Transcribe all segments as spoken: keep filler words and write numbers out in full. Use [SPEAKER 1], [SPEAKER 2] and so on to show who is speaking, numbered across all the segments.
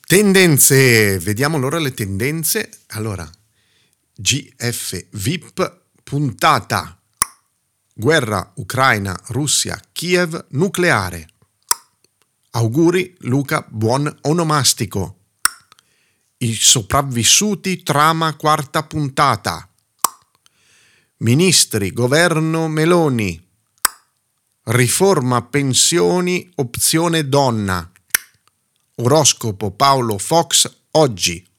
[SPEAKER 1] Tendenze, vediamo allora le tendenze. Allora, G F V I P puntata. Guerra Ucraina, Russia, Kiev, nucleare. Auguri Luca, buon onomastico. I sopravvissuti, trama, quarta puntata. Ministri, governo Meloni. Riforma pensioni, opzione donna. Oroscopo Paolo Fox oggi.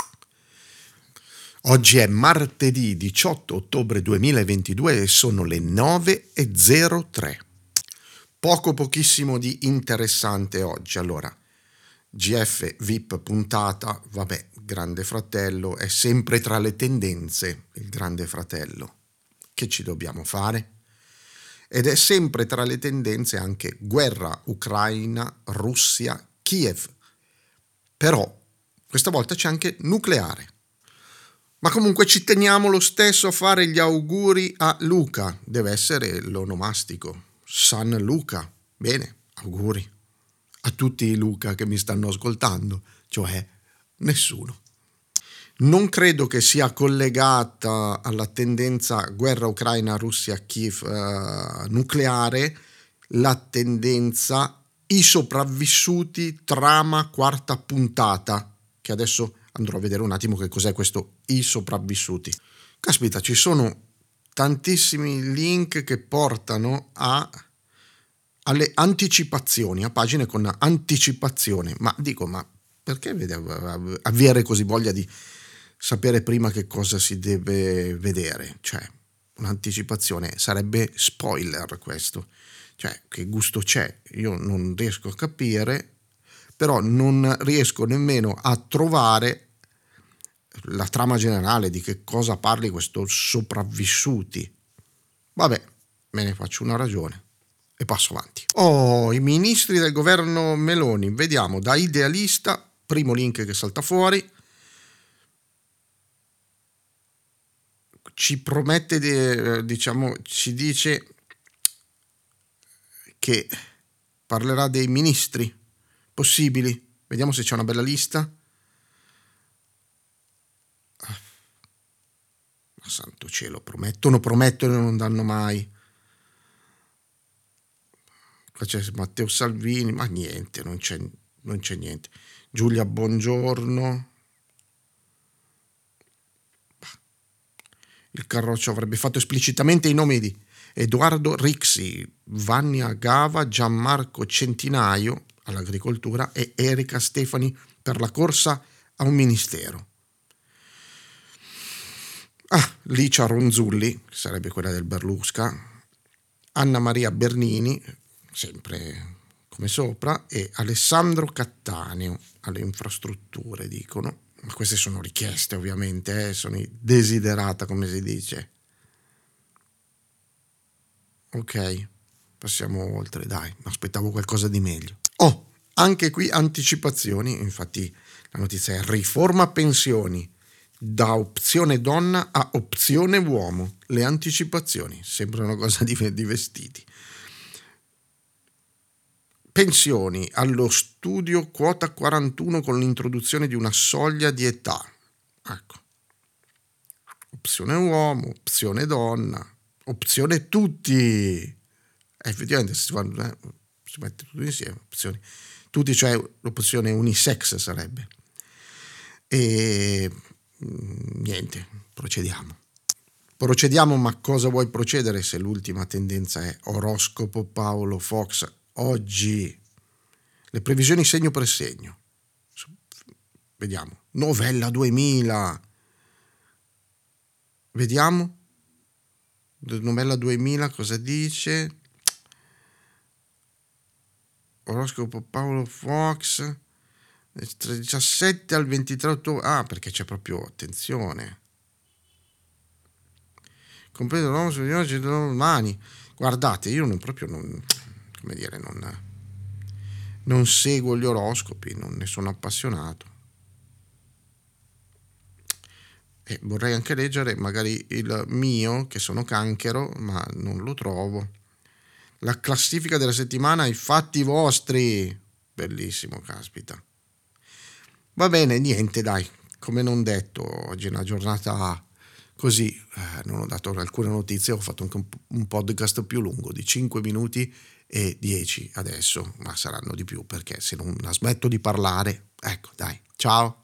[SPEAKER 1] Oggi è martedì diciotto ottobre duemilaventidue e sono le nove e zero tre. Poco pochissimo di interessante oggi. Allora, G F V I P puntata, vabbè, Grande Fratello è sempre tra le tendenze, il Grande Fratello. Che ci dobbiamo fare? Ed è sempre tra le tendenze anche guerra Ucraina, Russia, Kiev. Però questa volta c'è anche nucleare. Ma comunque ci teniamo lo stesso a fare gli auguri a Luca. Deve essere l'onomastico. San Luca. Bene, auguri a tutti i Luca che mi stanno ascoltando, cioè nessuno. Non credo che sia collegata alla tendenza guerra Ucraina-Russia-Kiev uh, nucleare la tendenza i sopravvissuti trama quarta puntata, che adesso andrò a vedere un attimo che cos'è questo i sopravvissuti. Caspita, ci sono tantissimi link che portano a alle anticipazioni, a pagine con anticipazione, ma dico, ma perché avere così voglia di sapere prima che cosa si deve vedere? Cioè, un'anticipazione sarebbe spoiler questo. Cioè, che gusto c'è? Io non riesco a capire, però non riesco nemmeno a trovare la trama generale di che cosa parli questo sopravvissuti. Vabbè, me ne faccio una ragione e passo avanti. Oh, i ministri del governo Meloni, vediamo, da idealista, primo link che salta fuori, ci promette, diciamo, ci dice che parlerà dei ministri possibili. Vediamo se c'è una bella lista. Ma santo cielo, promettono, promettono e non danno mai. Qua c'è Matteo Salvini, ma niente, non c'è, non c'è niente. Giulia Bongiorno. Il Carroccio avrebbe fatto esplicitamente i nomi di Edoardo Rixi, Vannia Gava, Gianmarco Centinaio all'agricoltura e Erika Stefani per la corsa a un ministero. Ah, Licia Ronzulli, che sarebbe quella del Berlusca, Anna Maria Bernini, sempre come sopra, e Alessandro Cattaneo alle infrastrutture, dicono. Ma queste sono richieste, ovviamente, eh? Sono desiderata, come si dice. Ok, passiamo oltre, dai, aspettavo qualcosa di meglio. Oh, anche qui anticipazioni, infatti la notizia è riforma pensioni, da opzione donna a opzione uomo, le anticipazioni, sembra una cosa di, di vestiti. Pensioni, allo studio quota quarantuno con l'introduzione di una soglia di età. Ecco. Opzione uomo, opzione donna, opzione tutti. Eh, effettivamente si, fanno, eh, si mette tutto insieme, opzioni. Tutti, cioè l'opzione unisex sarebbe. E niente, procediamo. Procediamo, ma cosa vuoi procedere se l'ultima tendenza è oroscopo Paolo Fox? Oggi le previsioni segno per segno. Vediamo. Novella duemila. Vediamo. Novella duemila cosa dice? Oroscopo Paolo Fox. Tra il diciassette al ventitré ottobre. Ah, perché c'è proprio attenzione. Completo l'uomo sugli oggi domani. Guardate, io non proprio non, come dire, non non seguo gli oroscopi, non ne sono appassionato. E vorrei anche leggere magari il mio, che sono Canchero, ma non lo trovo. La classifica della settimana, i fatti vostri. Bellissimo, caspita. Va bene, niente, dai, come non detto, oggi è una giornata così, eh, non ho dato alcune notizie, ho fatto anche un, un podcast più lungo di cinque minuti e dieci adesso, ma saranno di più perché se non la smetto di parlare, ecco, dai, ciao.